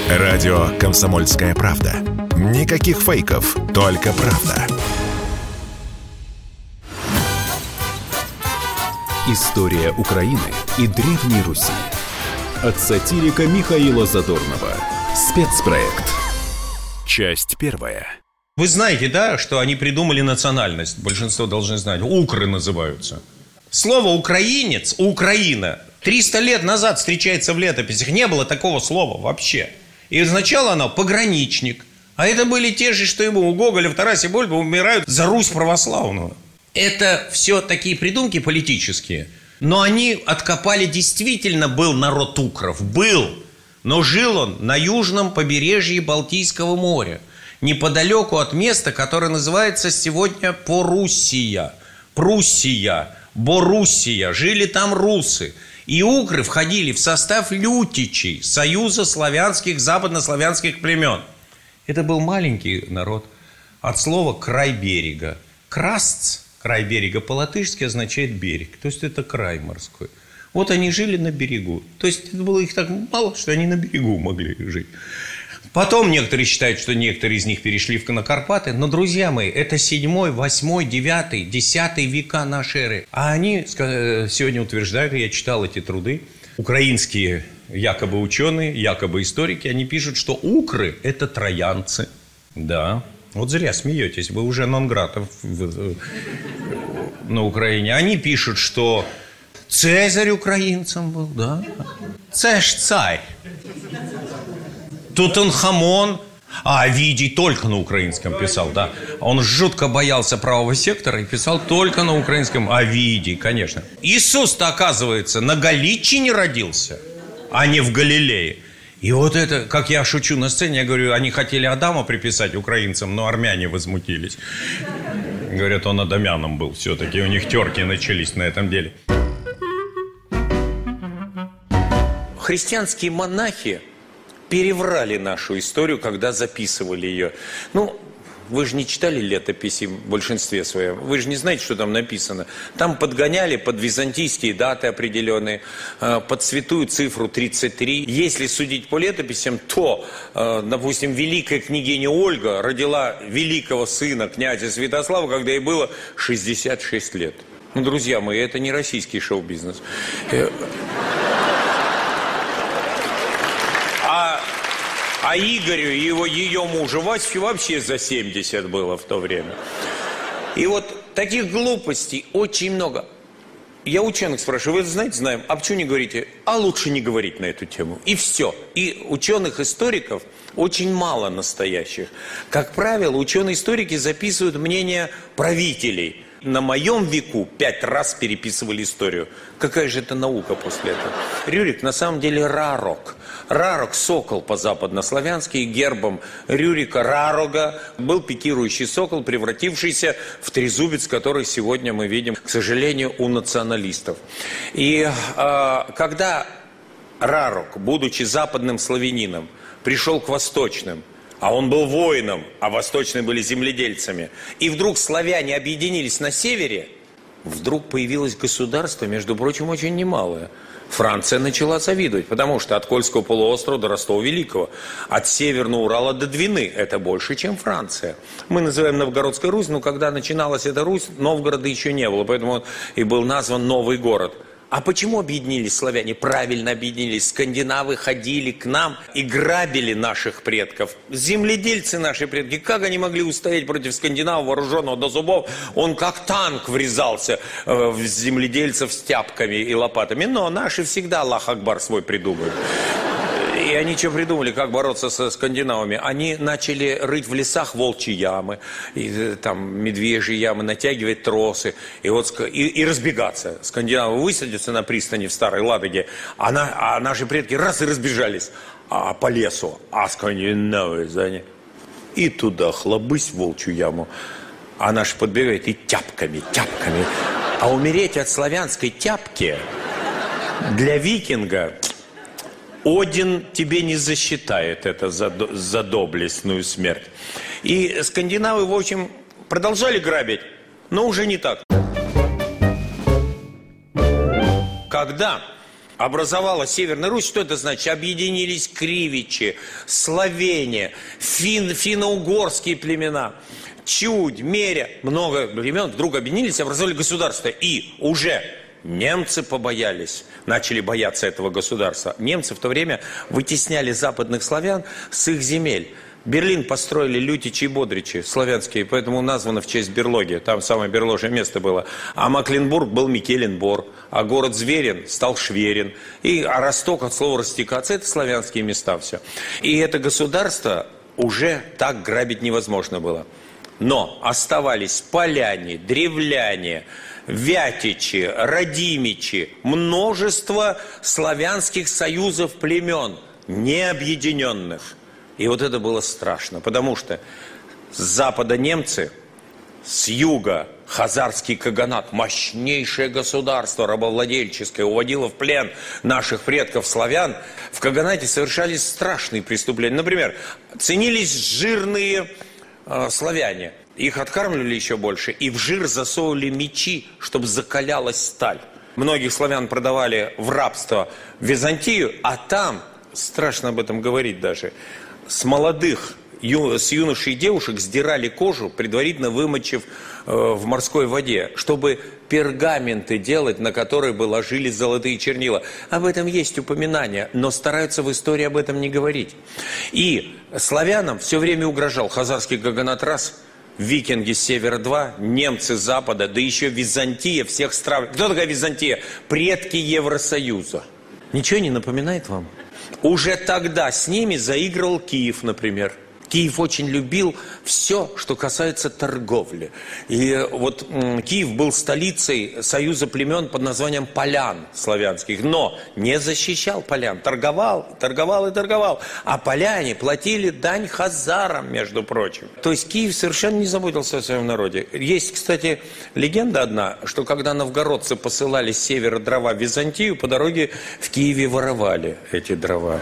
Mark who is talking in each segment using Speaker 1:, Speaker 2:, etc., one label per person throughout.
Speaker 1: Радио «Комсомольская правда». Никаких фейков, только правда.
Speaker 2: История Украины и Древней Руси. От сатирика Михаила Задорнова. Спецпроект. Часть первая.
Speaker 3: Вы знаете, да, что они придумали национальность? Большинство должны знать. Укры называются. Слово «украинец», «Украина» 300 лет назад встречается в летописях. Не было такого слова вообще. И сначала оно «пограничник». А это были те же, что ему у Гоголя в Тарасе Бульбе умирают за Русь православную. Это все такие придумки политические. Но они откопали, действительно был народ укров. Был. Но жил он на южном побережье Балтийского моря. Неподалеку от места, которое называется сегодня Поруссия. Пруссия, Боруссия. Жили там русы. И укры входили в состав лютичей, союза славянских, западнославянских племен. Это был маленький народ. От слова «край берега». Красц, край берега, по-латышски означает берег. То есть это край морской. Вот они жили на берегу. То есть это было их так мало, что они на берегу могли жить. Потом некоторые считают, что некоторые из них перешли на Карпаты. Но, друзья мои, это 7, 8, 9, 10 века нашей эры. А они сегодня утверждают, я читал эти труды, украинские якобы ученые, якобы историки, они пишут, что укры – это троянцы. Да, вот зря смеетесь, вы уже нон-грата на Украине. Они пишут, что Цезарь украинцем был, да. Це ж царь. Тутанхамон, а Овидий только на украинском писал, да. Он жутко боялся правого сектора и писал только на украинском. Овидий, конечно. Иисус-то, оказывается, на Галичине родился, а не в Галилее. И вот это, как я шучу на сцене, я говорю, они хотели Адама приписать украинцам, но армяне возмутились. Говорят, он адамяном был все-таки, у них терки начались на этом деле. Христианские монахи переврали нашу историю, когда записывали ее. Ну, вы же не читали летописи в большинстве своем. Вы же не знаете, что там написано. Там подгоняли под византийские даты определенные, под святую цифру 33. Если судить по летописям, то, допустим, великая княгиня Ольга родила великого сына князя Святослава, когда ей было 66 лет. Ну, друзья мои, это не российский шоу-бизнес. А Игорю и ее мужу Ваське вообще за 70 было в то время. И вот таких глупостей очень много. Я ученых спрашиваю, вы знаете, знаем, а почему не говорите? А лучше не говорить на эту тему. И все. И ученых-историков очень мало настоящих. Как правило, ученые-историки записывают мнения правителей. На моем веку 5 раз переписывали историю. Какая же это наука после этого? Рюрик на самом деле Рарок. Рарок – сокол по-западнославянски, гербом Рюрика Рарога был пикирующий сокол, превратившийся в трезубец, который сегодня мы видим, к сожалению, у националистов. И когда Рарок, будучи западным славянином, пришел к восточным, а он был воином, а восточные были земледельцами, и вдруг славяне объединились на севере, вдруг появилось государство, между прочим, очень немалое. Франция начала завидовать, потому что от Кольского полуострова до Ростова Великого, от Северного Урала до Двины, это больше, чем Франция. Мы называем Новгородской Русь, но когда начиналась эта Русь, Новгорода еще не было, поэтому он и был назван Новый город. А почему объединились славяне? Правильно объединились. Скандинавы ходили к нам и грабили наших предков. Земледельцы наши предки, как они могли устоять против скандинава, вооруженного до зубов? Он как танк врезался в земледельцев с тяпками и лопатами. Но наши всегда Аллах Акбар свой придумают. И они что придумали, как бороться со скандинавами? Они начали рыть в лесах волчьи ямы, и, там, медвежьи ямы, натягивать тросы и разбегаться. Скандинавы высадятся на пристани в Старой Ладоге, а наши предки раз и разбежались по лесу, а скандинавы за ним. И туда хлобысь в волчью яму. А наши подбегают и тяпками. А умереть от славянской тяпки для викинга... Один тебе не засчитает это за доблестную смерть. И скандинавы, в общем, продолжали грабить, но уже не так. Когда образовала Северная Русь, что это значит? Объединились кривичи, словения, финно-угорские племена, Чудь, Меря, много племен вдруг объединились, образовали государство. И уже немцы побоялись, начали бояться этого государства. Немцы в то время вытесняли западных славян с их земель. Берлин построили лютичи и бодричи, славянские, поэтому названо в честь берлоги. Там самое берложее место было. А Макленбург был Микеленбор, а город Зверин стал Шверин. А Росток от слова растекаться, это славянские места все. И это государство уже так грабить невозможно было. Но оставались поляне, древляне, вятичи, радимичи, множество славянских союзов племен, необъединенных. И вот это было страшно, потому что с запада немцы, с юга хазарский каганат, мощнейшее государство рабовладельческое, уводило в плен наших предков славян. В каганате совершались страшные преступления. Например, ценились жирные славяне. Их откармливали еще больше и в жир засовывали мечи, чтобы закалялась сталь. Многих славян продавали в рабство в Византию, а там, страшно об этом говорить даже, с молодых, с юношей и девушек сдирали кожу, предварительно вымочив в морской воде, чтобы пергаменты делать, на которые бы ложились золотые чернила. Об этом есть упоминания, но стараются в истории об этом не говорить. И славянам все время угрожал хазарский каганат раз, викинги с севера два, немцы с запада, да еще Византия всех стран. Кто такая Византия? Предки Евросоюза. Ничего не напоминает вам? Уже тогда с ними заигрывал Киев, например. Киев очень любил все, что касается торговли. И вот Киев был столицей союза племен под названием полян славянских, но не защищал полян, торговал. А поляне платили дань хазарам, между прочим. То есть Киев совершенно не заботился о своем народе. Есть, кстати, легенда одна, что когда новгородцы посылали с севера дрова в Византию, по дороге в Киеве воровали эти дрова.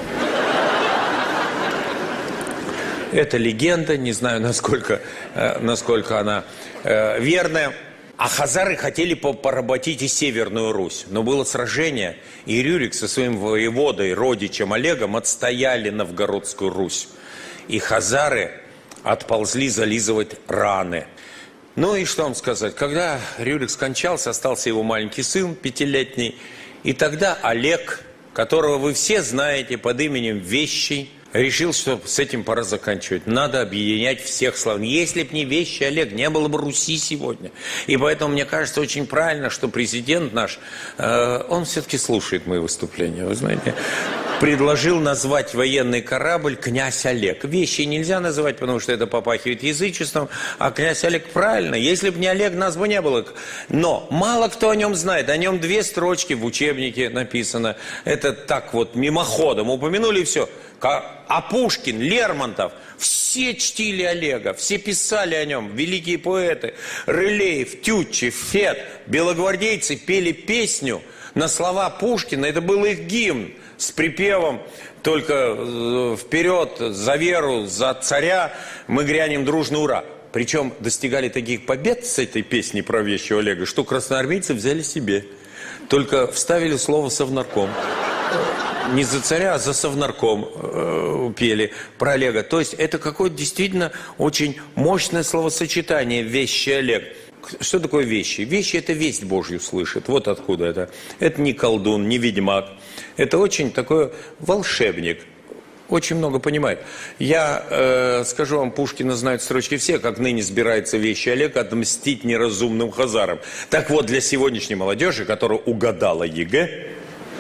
Speaker 3: Это легенда, не знаю, насколько она верная. А хазары хотели поработить и Северную Русь. Но было сражение, и Рюрик со своим воеводой, родичем Олегом отстояли Новгородскую Русь. И хазары отползли зализывать раны. Ну и что вам сказать, когда Рюрик скончался, остался его маленький сын, 5-летний. И тогда Олег, которого вы все знаете под именем Вещий, решил, что с этим пора заканчивать. Надо объединять всех славян. Если б не Вещий Олег, не было бы Руси сегодня. И поэтому, мне кажется, очень правильно, что президент наш, он все-таки слушает мои выступления, вы знаете, предложил назвать военный корабль «Князь Олег». Вещи нельзя называть, потому что это попахивает язычеством, а «Князь Олег» правильно. Если бы не Олег, нас бы не было. Но мало кто о нем знает. О нем 2 строчки в учебнике написано. Это так вот мимоходом упомянули и все. А Пушкин, Лермонтов, все чтили Олега, все писали о нем, великие поэты. Рылеев, Тютчев, Фет, белогвардейцы пели песню на слова Пушкина, это был их гимн с припевом «Только вперед, за веру, за царя, мы грянем дружно ура». Причем достигали таких побед с этой песней про Вещего Олега, что красноармейцы взяли себе. Только вставили слово «совнарком». Не за царя, а за совнарком пели про Олега. То есть это какое-то действительно очень мощное словосочетание «Вещий Олег». Что такое вещи? Вещи – это весть Божью слышит. Вот откуда это. Это не колдун, не ведьмак. Это очень такой волшебник. Очень много понимает. Я скажу вам, Пушкина знают строчки все, как ныне сбирается Вещий Олег отмстить неразумным хазарам. Так вот, для сегодняшней молодежи, которая угадала ЕГЭ,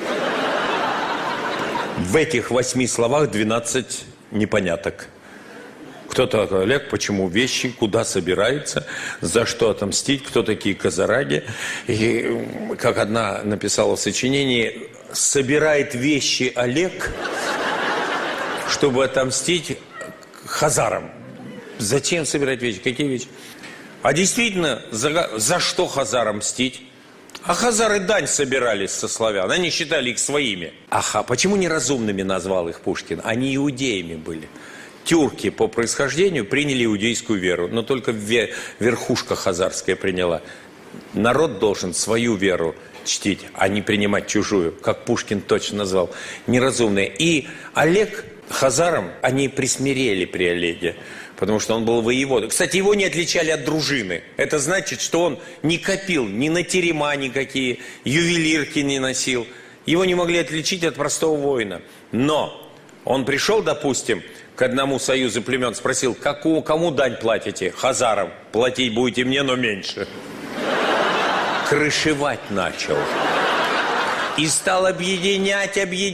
Speaker 3: в этих 8 словах 12 непоняток. Кто такой Олег, почему вещи, куда собирается, за что отомстить, кто такие казараги. И, как одна написала в сочинении, собирает вещи Олег, чтобы отомстить хазарам. Зачем собирать вещи? Какие вещи? А действительно, за что хазарам мстить? А хазары дань собирались со славян, они считали их своими. Ага, почему неразумными назвал их Пушкин? Они иудеями были. Тюрки по происхождению приняли иудейскую веру, но только верхушка хазарская приняла. Народ должен свою веру чтить, а не принимать чужую, как Пушкин точно назвал, неразумные. И Олег хазарам, они присмирели при Олеге, потому что он был воеводой. Кстати, его не отличали от дружины. Это значит, что он не копил ни на терема никакие, ювелирки не носил. Его не могли отличить от простого воина. Но он пришел, допустим, к одному союзу племен, спросил, кому дань платите? Хазарам. Платить будете мне, но меньше. Крышевать начал. И стал объединять.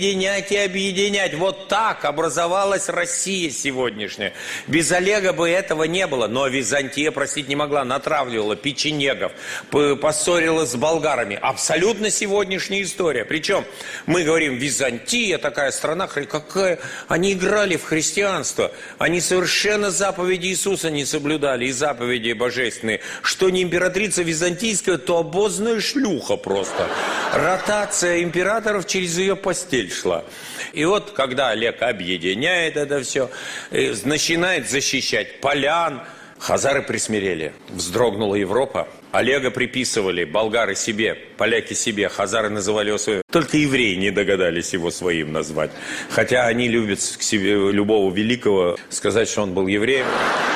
Speaker 3: Вот так образовалась Россия сегодняшняя. Без Олега бы этого не было. Но Византия, простить не могла, натравливала печенегов, поссорилась с болгарами. Абсолютно сегодняшняя история. Причем мы говорим, Византия такая страна, какая... Они играли в христианство. Они совершенно заповеди Иисуса не соблюдали, и заповеди божественные. Что не императрица византийская, то обозная шлюха просто. Ротация императоров через ее постель шла. И вот, когда Олег объединяет это все, начинает защищать полян, хазары присмирели. Вздрогнула Европа. Олега приписывали, болгары себе, поляки себе, хазары называли его своим. Только евреи не догадались его своим назвать. Хотя они любят к себе любого великого сказать, что он был евреем.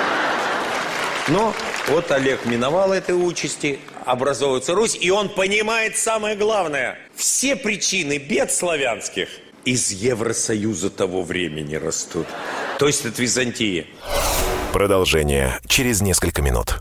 Speaker 3: Но вот Олег миновал этой участи, образовывается Русь, и он понимает самое главное. Все причины бед славянских из Евросоюза того времени растут. То есть от Византии.
Speaker 1: Продолжение через несколько минут.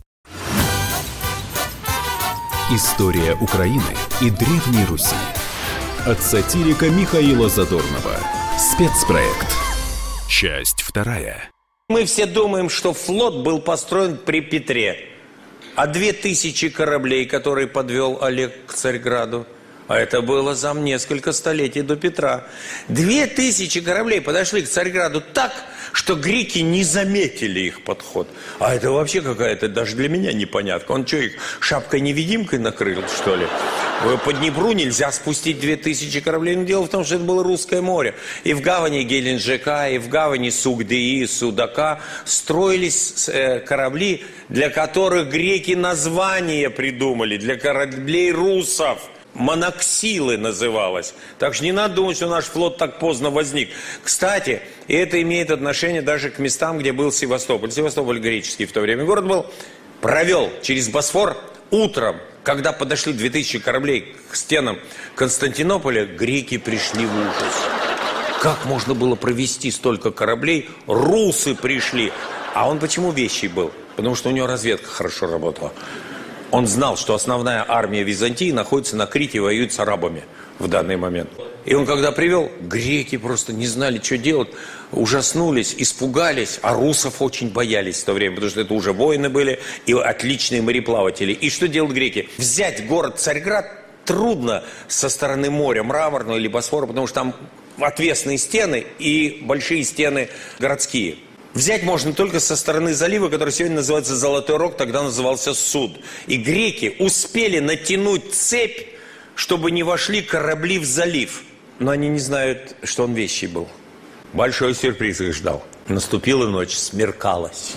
Speaker 2: История Украины и Древней Руси. От сатирика Михаила Задорнова. Спецпроект. Часть 2.
Speaker 3: Мы все думаем, что флот был построен при Петре. А 2000 кораблей, которые подвел Олег к Царьграду, а это было за несколько столетий до Петра. 2000 кораблей подошли к Царьграду так, что греки не заметили их подход. А это вообще какая-то, даже для меня непонятка. Он что, их шапкой-невидимкой накрыл, что ли? По Днепру нельзя спустить 2000 кораблей. Но дело в том, что это было Русское море. И в гавани Геленджика, и в гавани Сугдии, Судака строились корабли, для которых греки названия придумали, для кораблей русов. Моноксилы называлось. Так что не надо думать, что наш флот так поздно возник. Кстати, и это имеет отношение даже к местам, где был Севастополь. Севастополь греческий в то время город был. Провел через Босфор утром, когда подошли 2000 кораблей к стенам Константинополя, греки пришли в ужас. Как можно было провести столько кораблей? Русы пришли. А он почему вещий был? Потому что у него разведка хорошо работала. Он знал, что основная армия Византии находится на Крите и воюет с арабами в данный момент. И он когда привел, греки просто не знали, что делать, ужаснулись, испугались, а русов очень боялись в то время, потому что это уже воины были и отличные мореплаватели. И что делают греки? Взять город Царьград трудно со стороны моря, Мраморного или Босфора, потому что там отвесные стены и большие стены городские. Взять можно только со стороны залива, который сегодня называется Золотой Рог, тогда назывался Суд. И греки успели натянуть цепь, чтобы не вошли корабли в залив. Но они не знают, что он вещий был. Большой сюрприз их ждал. Наступила ночь, смеркалось.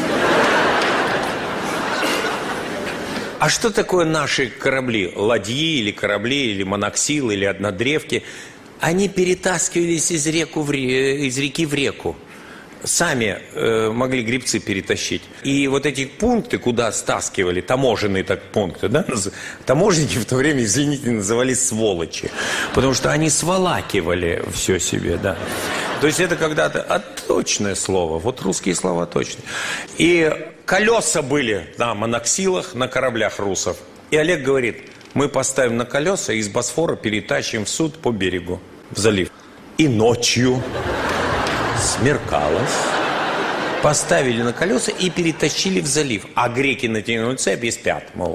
Speaker 3: А что такое наши корабли? Ладьи или корабли, или моноксилы, или однодревки? Они перетаскивались из реки в реку. Сами могли гребцы перетащить. И вот эти пункты, куда стаскивали, таможенные так пункты, да? Таможенники в то время, извините, назывались сволочи. Потому что они сволакивали все себе, да. То есть это когда-то точное слово. Вот русские слова точные. И колеса были на моноксилах, на кораблях русов. И Олег говорит, мы поставим на колеса и из Босфора перетащим в Суд по берегу, в залив. И ночью... смеркалось, поставили на колеса и перетащили в залив. А греки натянули цепь и спят. Мол,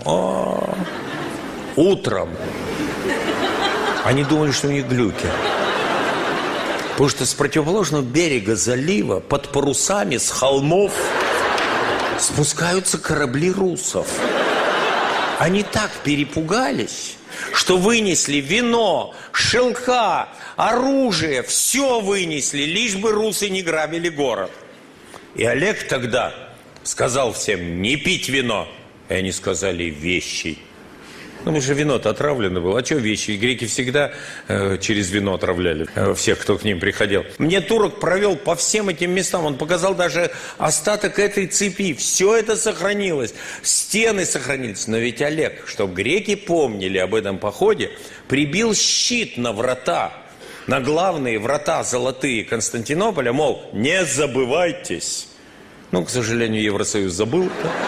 Speaker 3: утром. Они думали, что у них глюки. Потому что с противоположного берега залива, под парусами, с холмов, спускаются корабли русов. Они так перепугались, что вынесли вино, шелка, оружие, все вынесли, лишь бы русы не грабили город. И Олег тогда сказал всем, не пить вино. И они сказали, вещий. Ну, потому что вино-то отравлено было. А что вещи? Греки всегда через вино отравляли всех, кто к ним приходил. Мне турок провел по всем этим местам. Он показал даже остаток этой цепи. Все это сохранилось. Стены сохранились. Но ведь Олег, чтобы греки помнили об этом походе, прибил щит на врата. На главные врата золотые Константинополя, мол, не забывайтесь. Ну, к сожалению, Евросоюз забыл.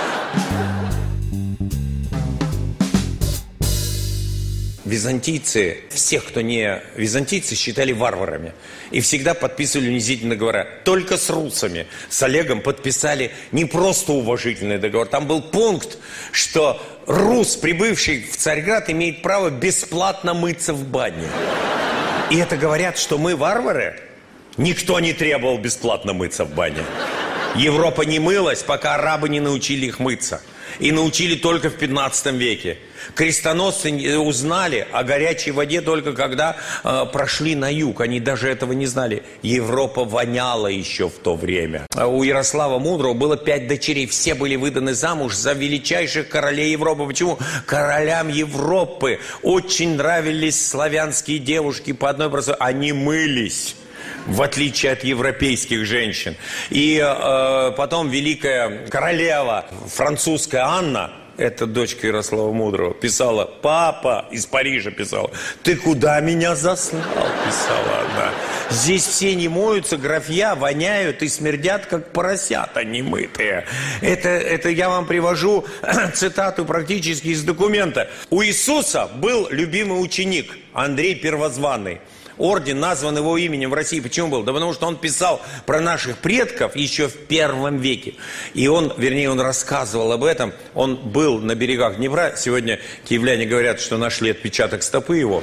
Speaker 3: Византийцы, всех, кто не византийцы, считали варварами. И всегда подписывали унизительные договора. Только с русами, с Олегом подписали не просто уважительный договор. Там был пункт, что рус, прибывший в Царьград, имеет право бесплатно мыться в бане. И это говорят, что мы варвары? Никто не требовал бесплатно мыться в бане. Европа не мылась, пока арабы не научили их мыться. И научили только в 15 веке. Крестоносцы узнали о горячей воде только когда прошли на юг. Они даже этого не знали. Европа воняла еще в то время. У Ярослава Мудрого было 5 дочерей. Все были выданы замуж за величайших королей Европы. Почему? Королям Европы очень нравились славянские девушки по одной простой. Они мылись. В отличие от европейских женщин. И потом великая королева французская Анна, это дочка Ярослава Мудрого, писала: папа, из Парижа писала: ты куда меня заслал, писала она. Здесь все не моются, графья воняют и смердят, как поросята немытые. Это я вам привожу цитату практически из документа. У Иисуса был любимый ученик Андрей Первозванный. Орден назван его именем в России. Почему был? Да потому что он писал про наших предков еще в 1 веке. И он рассказывал об этом. Он был на берегах Днепра. Сегодня киевляне говорят, что нашли отпечаток стопы его.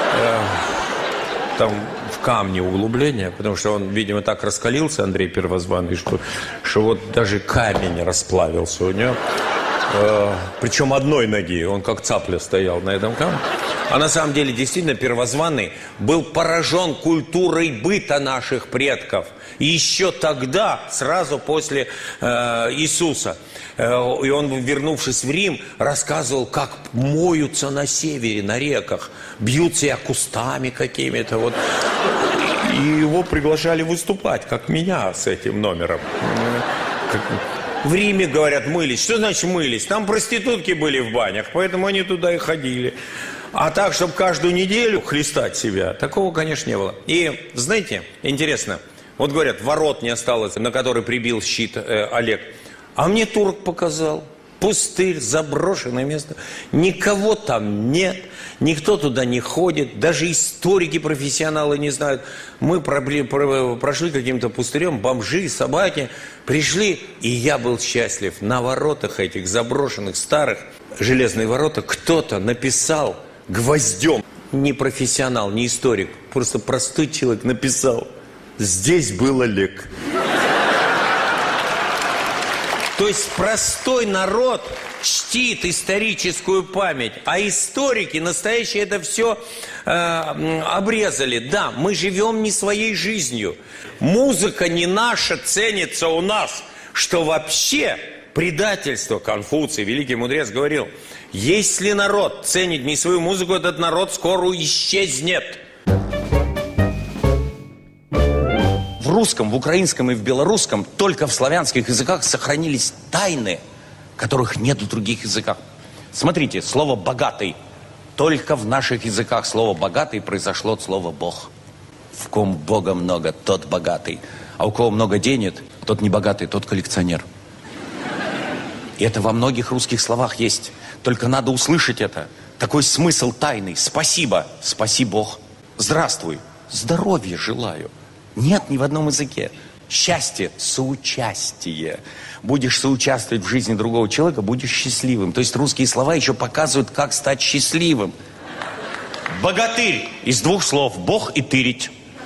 Speaker 3: Там в камне углубление, потому что он, видимо, так раскалился, Андрей Первозванный, что вот даже камень расплавился у него. Причем одной ноги, он как цапля стоял на этом камне. А на самом деле, действительно, Первозванный был поражен культурой быта наших предков. И еще тогда, сразу после Иисуса. И он, вернувшись в Рим, рассказывал, как моются на севере, на реках. Бьют себя кустами какими-то. Вот. И его приглашали выступать, как меня с этим номером. В Риме, говорят, мылись. Что значит мылись? Там проститутки были в банях, поэтому они туда и ходили. А так, чтобы каждую неделю хлестать себя, такого, конечно, не было. И, знаете, интересно, вот говорят, ворот не осталось, на который прибил щит Олег. А мне турок показал. Пустырь, заброшенное место. Никого там нет, никто туда не ходит, даже историки, профессионалы не знают. Мы прошли каким-то пустырем, бомжи, собаки, пришли, и я был счастлив. На воротах этих заброшенных, старых, железные ворота, кто-то написал гвоздем. Не профессионал, не историк, просто простой человек написал: здесь был Олег. То есть простой народ чтит историческую память, а историки настоящие это все обрезали. Да, мы живем не своей жизнью. Музыка не наша ценится у нас, что вообще предательство. Конфуций, великий мудрец, говорил: если народ ценит не свою музыку, этот народ скоро исчезнет. В русском, в украинском и в белорусском, только в славянских языках сохранились тайны, которых нет в других языках. Смотрите, слово «богатый». Только в наших языках слово «богатый» произошло от слова «бог». В ком Бога много, тот богатый. А у кого много денег, тот не богатый, тот коллекционер. И это во многих русских словах есть. Только надо услышать это. Такой смысл тайный. Спасибо, спаси Бог. Здравствуй, здоровья желаю. Нет ни в одном языке. Счастье, соучастие. Будешь соучаствовать в жизни другого человека, будешь счастливым. То есть русские слова еще показывают, как стать счастливым. Богатырь. Из 2 слов. Бог и тырить.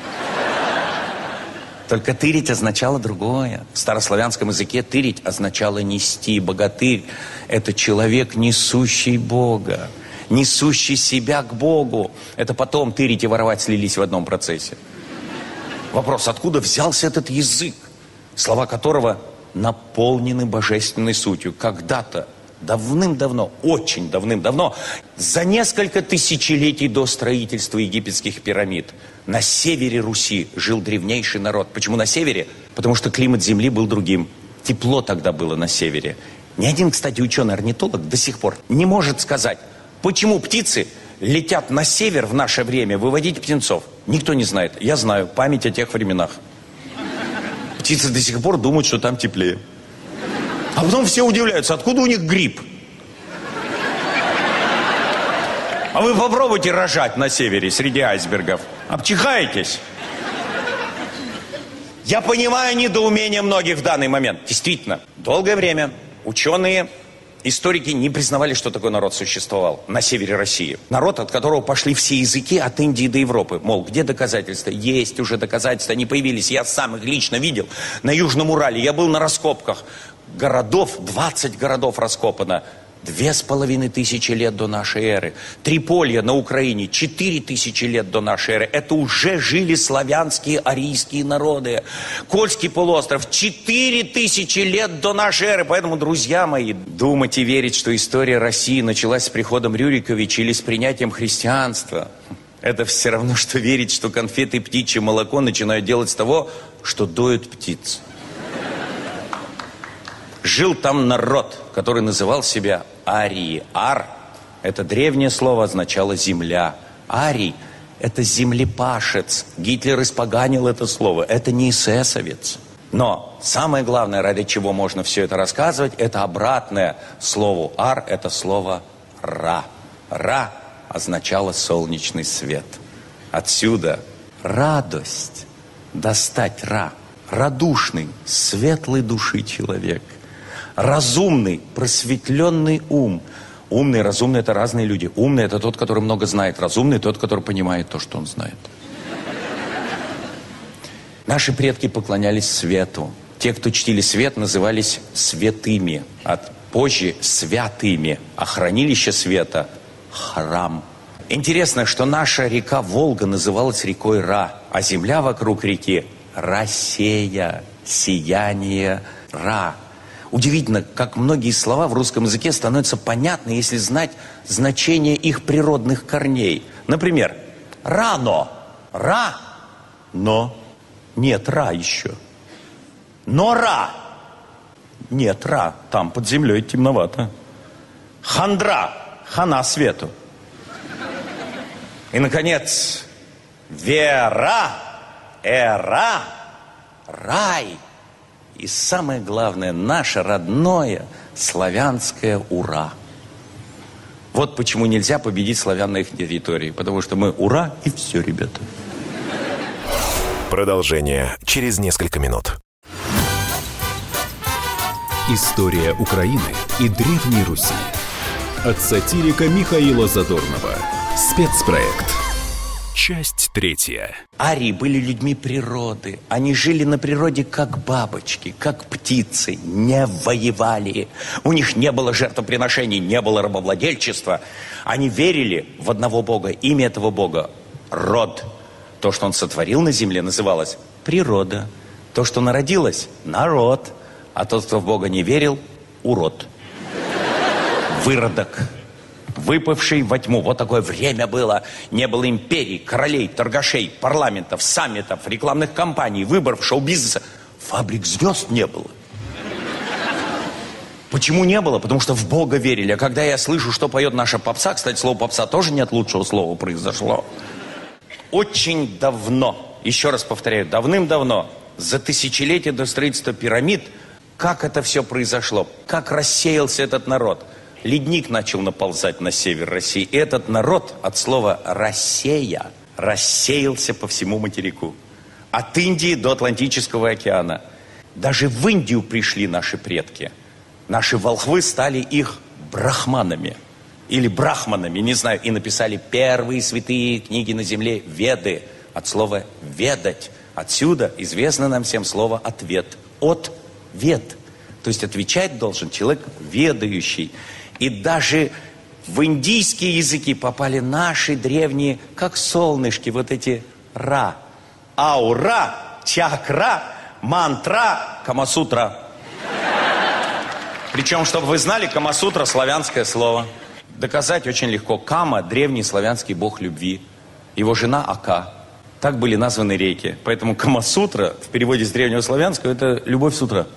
Speaker 3: Только тырить означало другое. В старославянском языке тырить означало нести. Богатырь – это человек, несущий Бога. Несущий себя к Богу. Это потом тырить и воровать слились в одном процессе. Вопрос, откуда взялся этот язык, слова которого наполнены божественной сутью. Когда-то давным-давно, очень давным-давно, за несколько тысячелетий до строительства египетских пирамид, на севере Руси жил древнейший народ. Почему на севере? Потому что климат Земли был другим. Тепло тогда было на севере. Ни один, кстати, ученый-орнитолог до сих пор не может сказать, почему птицы летят на север в наше время выводить птенцов. Никто не знает. Я знаю. Память о тех временах. Птицы до сих пор думают, что там теплее. А потом все удивляются, откуда у них гриб. А вы попробуйте рожать на севере среди айсбергов. Обчихаетесь. Я понимаю недоумение многих в данный момент. Действительно, долгое время ученые, историки не признавали, что такой народ существовал на севере России. Народ, от которого пошли все языки от Индии до Европы. Мол, где доказательства? Есть уже доказательства, они появились. Я сам их лично видел на Южном Урале. Я был на раскопках городов, 20 городов раскопано. 2500 лет до нашей эры. Триполье на Украине 4000 лет до нашей эры. Это уже жили славянские арийские народы. Кольский полуостров 4000 лет до нашей эры. Поэтому, друзья мои, думать и верить, что история России началась с приходом Рюриковича или с принятием христианства, это все равно, что верить, что конфеты и птичье молоко начинают делать с того, что доют птиц. Жил там народ, который называл себя арии. Ар – это древнее слово, означало земля. Арий – это землепашец. Гитлер испоганил это слово. Это не эсэсовец. Но самое главное, ради чего можно все это рассказывать, это обратное слову ар – это слово ра. Ра означало солнечный свет. Отсюда радость. Достать ра. Радушный, светлой души человек. Разумный, просветленный ум. Умный, разумный – это разные люди. Умный – это тот, который много знает. Разумный – тот, который понимает то, что он знает. Наши предки поклонялись свету. Те, кто чтили свет, назывались святыми. А позже – святыми. А хранилище света – храм. Интересно, что наша река Волга называлась рекой Ра, а земля вокруг реки – Россия, сияние Ра. Удивительно, как многие слова в русском языке становятся понятны, если знать значение их природных корней. Например, рано. Ра. Но. Нет ра еще. Но ра. Нет ра. Там под землей темновато. Хандра. Хана свету. И, наконец, вера. Эра. Рай. И самое главное, наше родное славянское «Ура». Вот почему нельзя победить славян на их территории. Потому что мы «Ура» и все, ребята.
Speaker 1: Продолжение через несколько минут.
Speaker 2: История Украины и Древней Руси. От сатирика Михаила Задорнова. Спецпроект. Часть 3.
Speaker 3: Арии были людьми природы. Они жили на природе как бабочки, как птицы, не воевали. У них не было жертвоприношений, не было рабовладельчества. Они верили в одного Бога. Имя этого Бога – Род. То, что Он сотворил на земле, называлось природа. То, что народилось – народ. А тот, кто в Бога не верил – урод. Выродок. Выпавший во тьму. Вот такое время было. Не было империй, королей, торгашей, парламентов, саммитов, рекламных кампаний, выборов, шоу-бизнеса. Фабрик звезд не было. Почему не было? Потому что в Бога верили. А когда я слышу, что поет наша попса, кстати, слово попса тоже нет лучшего слова произошло. Очень давно, еще раз повторяю, давным-давно, за тысячелетия до строительства пирамид, как это все произошло, как рассеялся этот народ. Ледник начал наползать на север России. И этот народ от слова «Россия» рассеялся по всему материку. От Индии до Атлантического океана. Даже в Индию пришли наши предки. Наши волхвы стали их брахманами. Или брахманами, не знаю. И написали первые святые книги на земле – Веды. От слова «ведать». Отсюда известно нам всем слово «ответ». От-вед. То есть отвечать должен человек ведающий. И даже в индийские языки попали наши древние, как солнышки, вот эти ра. Аура, чакра, мантра, камасутра. Причем, чтобы вы знали, Камасутра – славянское слово. Доказать очень легко. Кама – древний славянский бог любви. Его жена – Ака. Так были названы реки. Поэтому Камасутра в переводе с древнего славянского – это любовь с утра.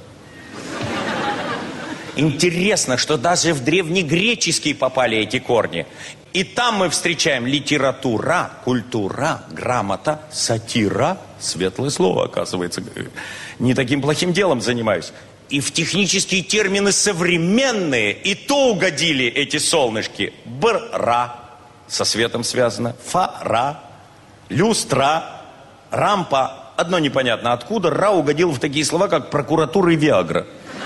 Speaker 3: Интересно, что даже в древнегреческий попали эти корни. И там мы встречаем литература, культура, грамота, сатира. Светлое слово, оказывается. Не таким плохим делом занимаюсь. И в технические термины современные и то угодили эти солнышки. Бра, со светом связано. Фара, люстра, рампа. Одно непонятно откуда. Ра угодил в такие слова, как прокуратура и Виагра.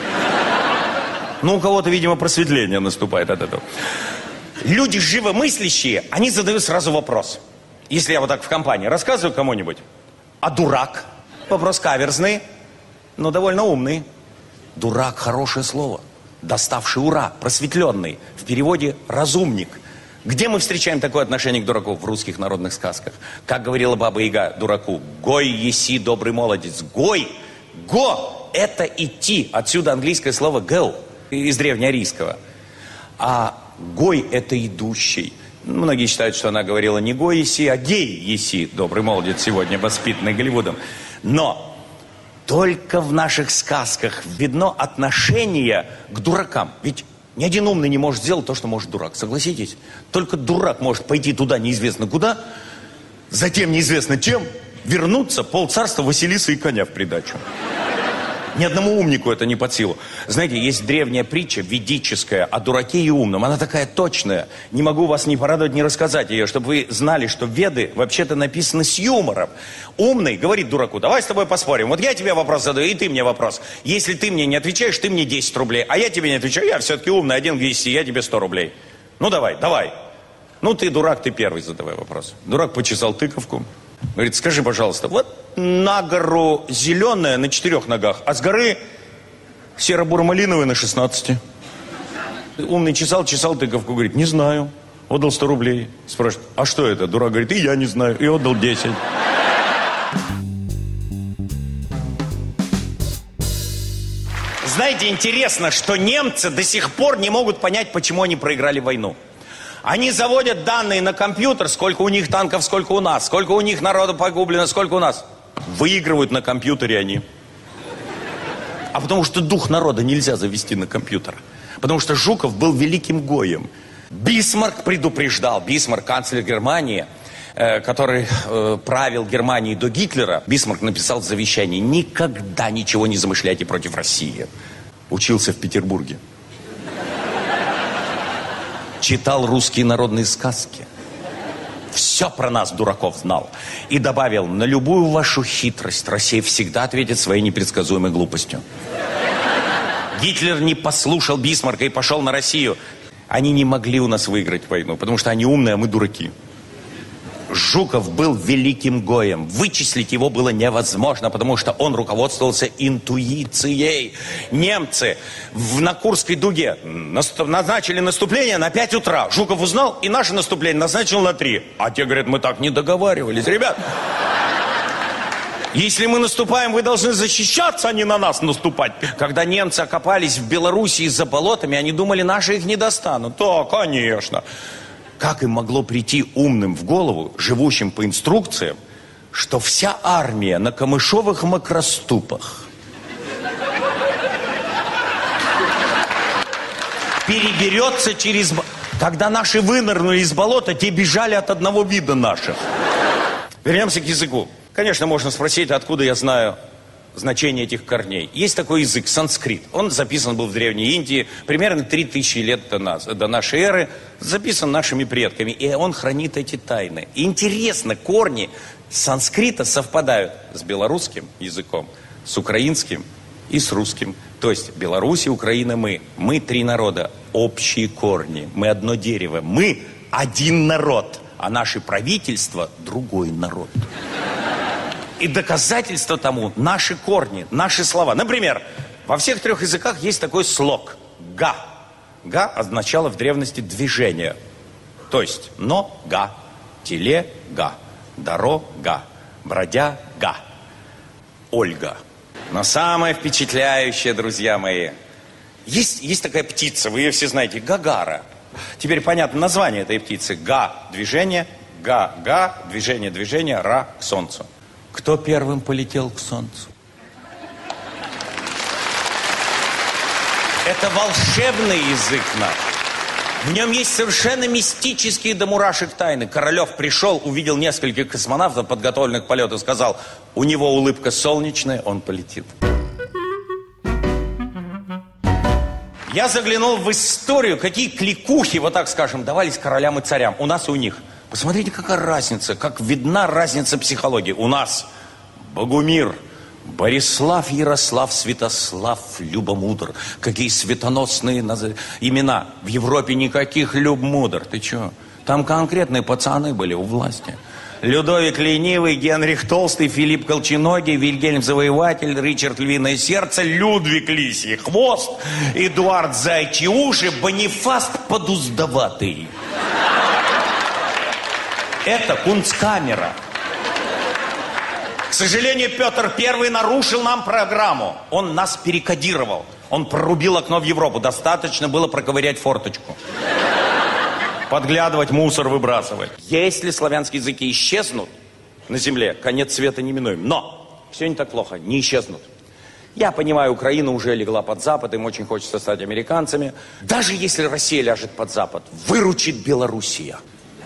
Speaker 3: Ну, у кого-то, видимо, просветление наступает от этого. Люди живомыслящие, они задают сразу вопрос. Если я вот так в компании рассказываю кому-нибудь, а дурак? Вопрос каверзный, но довольно умный. Дурак – хорошее слово. Доставший ура, просветленный. В переводе разумник. Где мы встречаем такое отношение к дураку? В русских народных сказках. Как говорила Баба Яга дураку: «Гой, еси, добрый молодец». Гой. Го – это идти. Отсюда английское слово go из древнеарийского. А гой – это идущий. Многие считают, что она говорила не гой еси, а гей еси. Добрый молодец сегодня, воспитанный Голливудом. Но только в наших сказках видно отношение к дуракам. Ведь ни один умный не может сделать то, что может дурак. Согласитесь? Только дурак может пойти туда неизвестно куда, затем неизвестно чем, вернуться, полцарства Василисы и коня в придачу. Ни одному умнику это не под силу. Знаете, есть древняя притча ведическая о дураке и умном. Она такая точная. Не могу вас не порадовать, не рассказать ее, чтобы вы знали, что Веды вообще-то написаны с юмором. Умный говорит дураку: давай с тобой поспорим. Вот я тебе вопрос задаю, и ты мне вопрос. Если ты мне не отвечаешь, ты мне 10 рублей. А я тебе не отвечаю, я все-таки умный, 1 к 10, я тебе 100 рублей. Ну давай, давай. Ну ты дурак, ты первый задавай вопрос. Дурак почесал тыковку. Говорит: скажи, пожалуйста, вот на гору зеленая на 4 ногах, а с горы серо-буро-малиновая на 16. Умный чесал тыковку, говорит: не знаю. Отдал 100 рублей. Спрашивает: а что это? Дурак говорит: и я не знаю. И отдал 10. Знаете, интересно, что немцы до сих пор не могут понять, почему они проиграли войну. Они заводят данные на компьютер, сколько у них танков, сколько у нас, сколько у них народу погублено, сколько у нас. Выигрывают на компьютере они. А потому что дух народа нельзя завести на компьютер. Потому что Жуков был великим гоем. Бисмарк предупреждал, Бисмарк, канцлер Германии, который правил Германией до Гитлера. Бисмарк написал в завещании: никогда ничего не замышляйте против России. Учился в Петербурге. Читал русские народные сказки. Все про нас, дураков, знал. И добавил: на любую вашу хитрость Россия всегда ответит своей непредсказуемой глупостью. Гитлер не послушал Бисмарка и пошел на Россию. Они не могли у нас выиграть войну, потому что они умные, а мы дураки. Жуков был великим гоем. Вычислить его было невозможно, потому что он руководствовался интуицией. Немцы на Курской дуге назначили наступление на 5 утра. Жуков узнал и наше наступление назначил на 3. А те говорят: мы так не договаривались. Ребят, если мы наступаем, вы должны защищаться, а не на нас наступать. Когда немцы окопались в Белоруссии за болотами, они думали, наши их не достанут. Да, конечно. Как им могло прийти умным в голову, живущим по инструкциям, что вся армия на камышовых макроступах переберется через... Когда наши вынырнули из болота, те бежали от одного вида наших. Вернемся к языку. Конечно, можно спросить, откуда я знаю значение этих корней. Есть такой язык, санскрит. Он записан был в Древней Индии примерно 3000 лет до нашей эры. Записан нашими предками. И он хранит эти тайны. И интересно, корни санскрита совпадают с белорусским языком, с украинским и с русским. То есть Беларусь и Украина мы. Мы 3 народа. Общие корни. Мы одно дерево. Мы один народ. А наше правительство другой народ. И доказательство тому наши корни, наши слова. Например, во всех 3 языках есть такой слог «га». «Га» означало в древности движение. То есть «но-га», «теле-га», «доро-га», «бродя-га», «Ольга». Но самое впечатляющее, друзья мои, Есть такая птица, вы ее все знаете, гагара. Теперь понятно название этой птицы. Га – движение, га, движение, ра – к солнцу. Кто первым полетел к солнцу? Это волшебный язык наш. В нем есть совершенно мистические до мурашек тайны. Королев пришел, увидел нескольких космонавтов, подготовленных к полету, сказал, у него улыбка солнечная, он полетит. Я заглянул в историю, какие кликухи, вот так скажем, давались королям и царям. У нас и у них. Посмотрите, какая разница, как видна разница психологии. У нас Богумир, Борислав, Ярослав, Святослав, Любомудр. Какие светоносные имена. В Европе никаких Любмудр. Ты чё? Там конкретные пацаны были у власти. Людовик Ленивый, Генрих Толстый, Филипп Колченогий, Вильгельм Завоеватель, Ричард Львиное Сердце, Людвиг Лисий Хвост, Эдуард Зайчьи Уши, Бонифаст Подуздоватый. Это кунсткамера. К сожалению, Петр I нарушил нам программу. Он нас перекодировал. Он прорубил окно в Европу. Достаточно было проковырять форточку. Подглядывать, мусор выбрасывать. Если славянские языки исчезнут на земле, конец света неминуем. Но все не так плохо, не исчезнут. Я понимаю, Украина уже легла под Запад, им очень хочется стать американцами. Даже если Россия ляжет под Запад, выручит Белоруссия.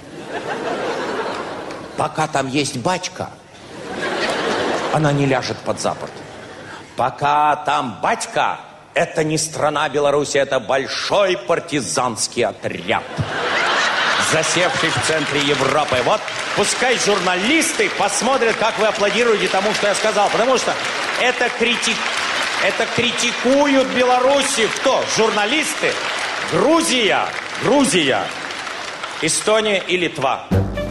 Speaker 3: Пока там есть батька, она не ляжет под Запад. Пока там батька, это не страна Белоруссия, это большой партизанский отряд, засевший в центре Европы. Вот пускай журналисты посмотрят, как вы аплодируете тому, что я сказал. Потому что это критикуют Белоруссию. Кто? Журналисты? Грузия, Эстония и Литва.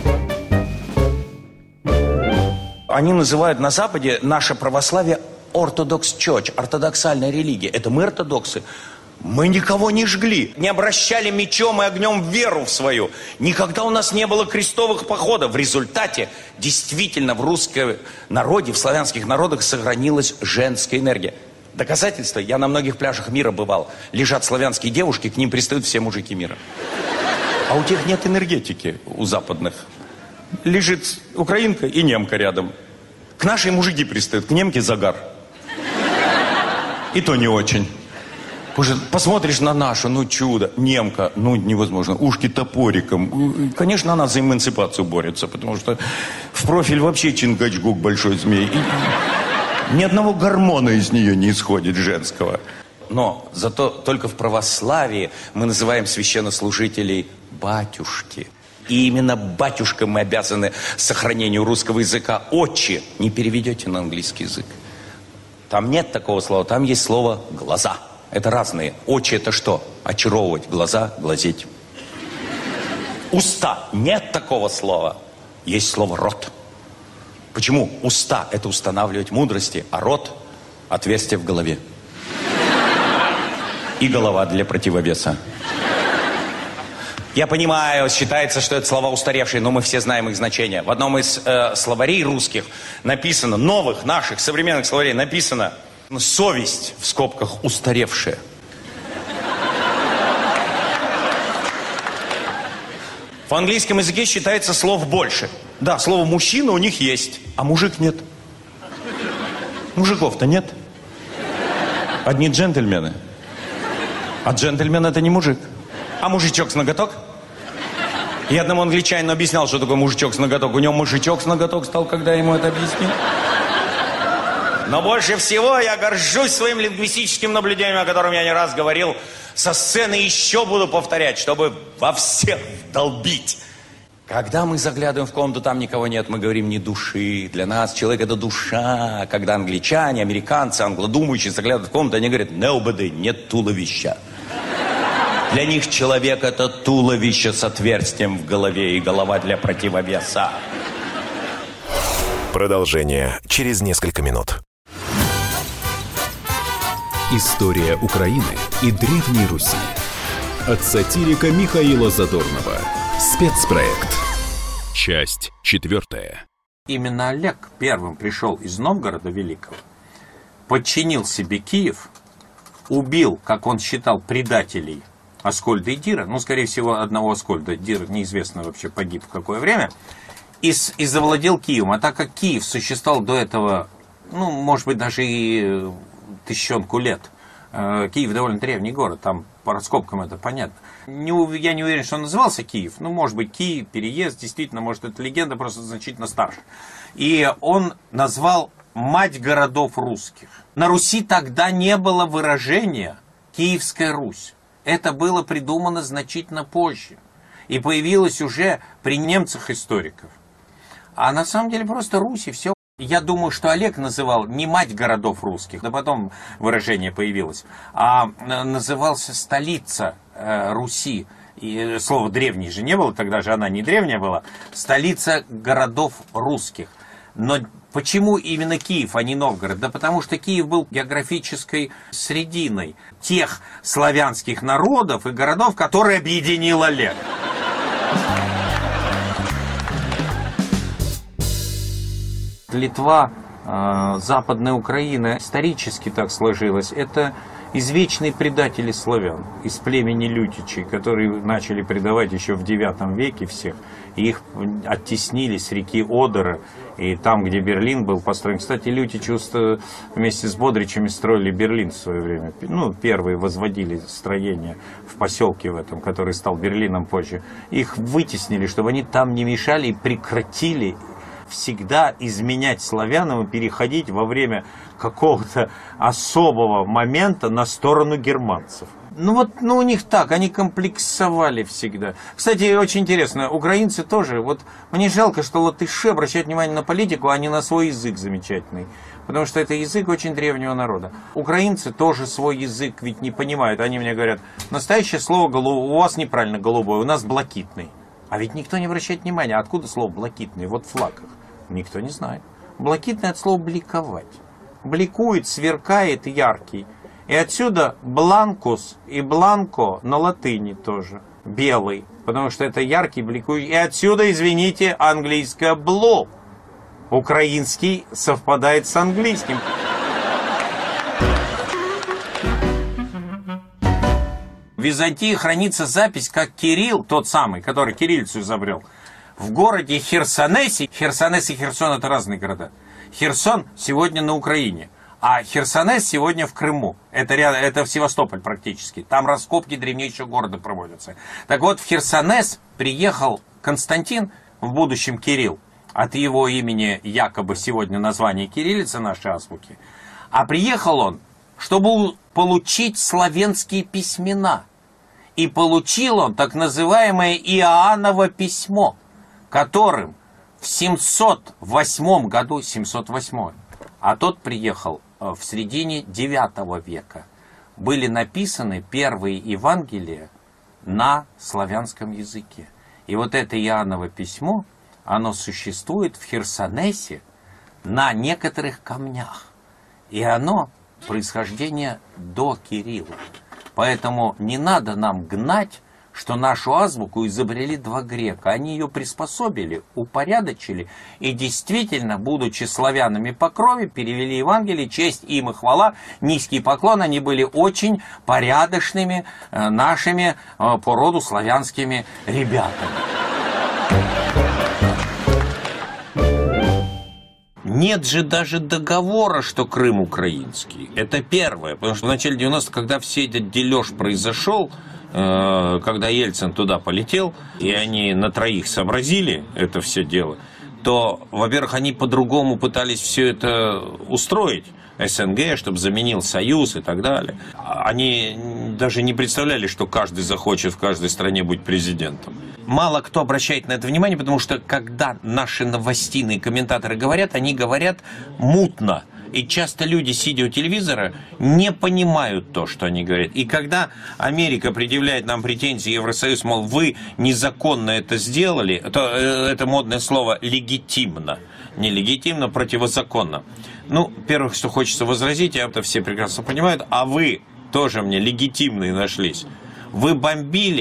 Speaker 3: Они называют на Западе наше православие Orthodox Church, ортодоксальная религия. Это мы ортодоксы. Мы никого не жгли, не обращали мечом и огнем веру в свою. Никогда у нас не было крестовых походов. В результате действительно в русском народе, в славянских народах сохранилась женская энергия. Доказательство, я на многих пляжах мира бывал. Лежат славянские девушки, к ним пристают все мужики мира. А у тех нет энергетики, у западных. Лежит украинка и немка рядом. К нашей мужики пристают, к немке загар. И то не очень. Посмотришь на нашу, ну чудо, немка, ну невозможно, ушки топориком. Конечно, она за эмансипацию борется, потому что в профиль вообще Чингачгук большой змей. И ни одного гормона из нее не исходит женского. Но зато только в православии мы называем священнослужителей батюшки. И именно батюшкам мы обязаны сохранению русского языка. Отче не переведете на английский язык. Там нет такого слова, там есть слово «глаза». Это разные. Отче это что? Очаровывать, глаза, глазеть. Уста. Нет такого слова. Есть слово рот. Почему? Уста это устанавливать мудрости, а рот отверстие в голове. И голова для противовеса. Я понимаю, считается, что это слова устаревшие, но мы все знаем их значение. В одном из словарей русских написано, новых, наших, современных словарей написано «совесть», в скобках, устаревшая. В английском языке считается слов больше. Да, слово «мужчина» у них есть, а мужик нет. Мужиков-то нет. Одни джентльмены. А джентльмен это не мужик. А мужичок с ноготок? Я одному англичанину объяснял, что такое мужичок с ноготок. У него мужичок с ноготок стал, когда я ему это объяснил. Но больше всего я горжусь своим лингвистическим наблюдением, о котором я не раз говорил. Со сцены еще буду повторять, чтобы во всех вдолбить. Когда мы заглядываем в комнату, там никого нет, мы говорим «не души». Для нас человек это душа. Когда англичане, американцы, англодумающие заглядывают в комнату, они говорят «nobody», нет туловища. Для них человек это туловище с отверстием в голове и голова для противовеса.
Speaker 1: Продолжение через несколько минут.
Speaker 2: История Украины и Древней Руси. От сатирика Михаила Задорнова. Спецпроект. Часть 4.
Speaker 3: Именно Олег первым пришел из Новгорода Великого, подчинил себе Киев убил, как он считал, предателей Аскольда и Дира, ну, скорее всего, одного Аскольда, Дир неизвестно вообще погиб в какое время, и завладел Киевом. А так как Киев существовал до этого, ну, может быть, даже и тысячонку лет, Киев довольно древний город, там по раскопкам это понятно. Я не уверен, что он назывался Киев, ну, может быть, Киев, переезд, действительно, может, это легенда, просто значительно старше. И он назвал «мать городов русских». На Руси тогда не было выражения «Киевская Русь». Это было придумано значительно позже. И появилось уже при немцах-историков. А на самом деле просто Русь и все. Я думаю, что Олег называл не мать городов русских, да потом выражение появилось, а назывался столица Руси. И слово древний же не было, тогда же она не древняя была. Столица городов русских. Но почему именно Киев, а не Новгород? Да потому что Киев был географической срединой тех славянских народов и городов, которые объединил Олег. Литва, Западная Украина, исторически так сложилось, это извечные предатели славян из племени лютичей, которые начали предавать еще в IX веке всех. И их оттеснили с реки Одера, и там, где Берлин был построен. Кстати, лютичи вместе с бодричами строили Берлин в свое время. Ну, первые возводили строение в поселке в этом, который стал Берлином позже. Их вытеснили, чтобы они там не мешали, и прекратили всегда изменять славянам и переходить во время какого-то особого момента на сторону германцев. Ну вот, ну у них так, они комплексовали всегда. Кстати, очень интересно, украинцы тоже, вот мне жалко, что латыши обращают внимание на политику, а не на свой язык замечательный. Потому что это язык очень древнего народа. Украинцы тоже свой язык ведь не понимают. Они мне говорят, настоящее слово у вас неправильно голубое, у нас блакитный. А ведь никто не обращает внимания, откуда слово блакитный, вот в флагах. Никто не знает. Блакитный от слова бликовать. Бликует, сверкает, яркий. И отсюда бланкус и бланко на латыни тоже. Белый. Потому что это яркий, бликующий. И отсюда, извините, английское blue. Украинский совпадает с английским. В Византии хранится запись, как Кирилл, тот самый, который кириллицу изобрел, в городе Херсонесе. Херсонес и Херсон – это разные города. Херсон сегодня на Украине, а Херсонес сегодня в Крыму. Это в Севастополь практически. Там раскопки древнейшего города проводятся. Так вот, в Херсонес приехал Константин, в будущем Кирилл, от его имени якобы сегодня название кириллицы нашей азбуки. А приехал он, чтобы получить славянские письмена. И получил он так называемое Иоанново письмо, которым в 708 году, 708, а тот приехал в середине IX века, были написаны первые Евангелия на славянском языке. И вот это Иоанново письмо, оно существует в Херсонесе на некоторых камнях. И оно происхождение до Кирилла. Поэтому не надо нам гнать, что нашу азбуку изобрели два грека. Они ее приспособили, упорядочили и действительно, будучи славянами по крови, перевели Евангелие, честь им и хвала, низкий поклон. Они были очень порядочными нашими по роду славянскими ребятами. Нет же даже договора, что Крым украинский. Это первое. Потому что в начале 90-х, когда все этот дележ произошел, когда Ельцин туда полетел, и они на троих сообразили это все дело, то, во-первых, они по-другому пытались все это устроить. СНГ, чтобы заменил Союз и так далее. Они даже не представляли, что каждый захочет в каждой стране быть президентом. Мало кто обращает на это внимание, потому что когда наши новостные комментаторы говорят, они говорят мутно. И часто люди, сидя у телевизора, не понимают то, что они говорят. И когда Америка предъявляет нам претензии, Евросоюз, мол, вы незаконно это сделали, то это модное слово «легитимно». Не легитимно, противозаконно. Ну, первое, что хочется возразить, это все прекрасно понимают, а вы тоже мне легитимные нашлись. Вы бомбили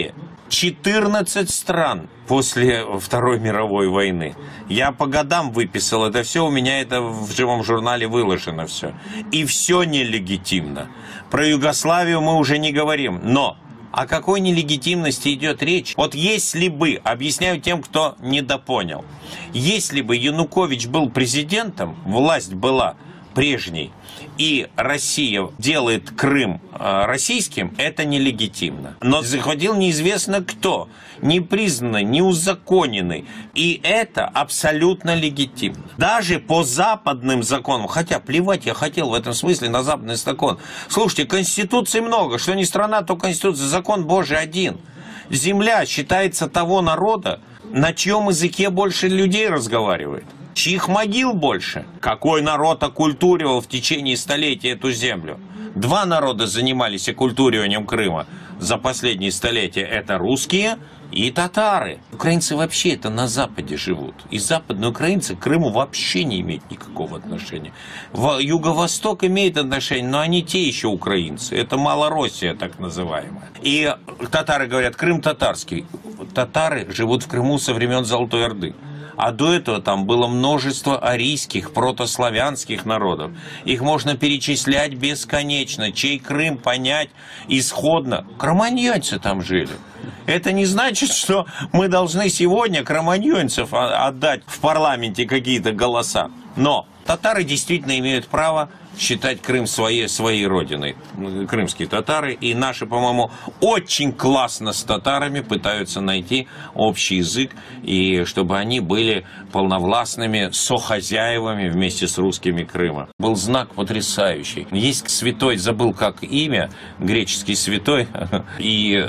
Speaker 3: 14 стран после Второй мировой войны. Я по годам выписал это все, у меня это в живом журнале выложено все. И все нелегитимно. Про Югославию мы уже не говорим. Но о какой нелегитимности идет речь? Вот если бы, объясняю тем, кто недопонял, если бы Янукович был президентом, власть была прежней, и Россия делает Крым российским, это нелегитимно. Но захватил неизвестно кто, не признанный, не узаконенный. И это абсолютно легитимно. Даже по западным законам, хотя плевать я хотел в этом смысле на западный закон. Слушайте, конституций много, что не страна, то конституция, закон Божий один. Земля считается того народа, на чьем языке больше людей разговаривает. Чьих могил больше? Какой народ оккультуривал в течение столетий эту землю? Два народа занимались оккультуриванием Крыма за последние столетия. Это русские и татары. Украинцы вообще это на Западе живут. И западные украинцы к Крыму вообще не имеют никакого отношения. Юго-Восток имеет отношение, но они те еще украинцы. Это Малороссия так называемая. И татары говорят, Крым татарский. Татары живут в Крыму со времен Золотой Орды. А до этого там было множество арийских, протославянских народов. Их можно перечислять бесконечно. Чей Крым понять исходно. Кроманьонцы там жили. Это не значит, что мы должны сегодня кроманьонцев отдать в парламенте какие-то голоса. Но татары действительно имеют право считать Крым своей родиной. Крымские татары. И наши, по-моему, очень классно с татарами пытаются найти общий язык, и чтобы они были полновластными сохозяевами вместе с русскими Крыма. Был знак потрясающий. Есть святой, забыл как имя, греческий святой, и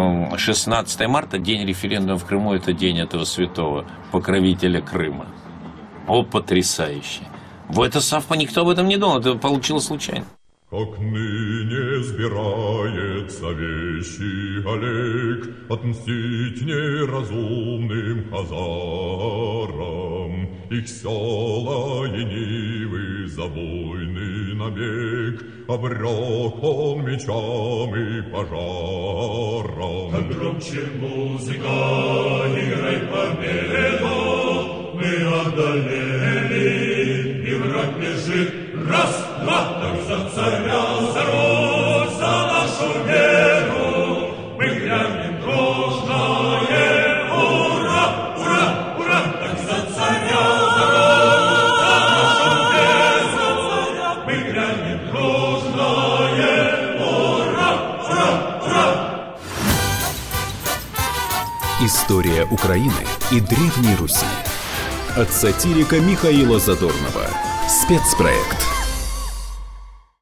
Speaker 3: 16 марта, день референдума в Крыму, это день этого святого, покровителя Крыма. О, потрясающе. Это совпадение, никто об этом не думал, это получилось случайно.
Speaker 4: Как ныне сбирается вещий Олег отмстить неразумным хазарам, их села ленивый забойный набег обрек он мечам и пожарам.
Speaker 5: Как громче музыка, играй победу, мы одолели. И враг лежит, раз, два, так за царя, за Русь, за нашу веру. Мы грянем дружное, ура, ура, ура, так за царя, за Русь, за нашу веру. Мы грянем дружное, ура, ура, ура.
Speaker 2: История Украины и Древней Руси. От сатирика Михаила Задорнова. Спецпроект.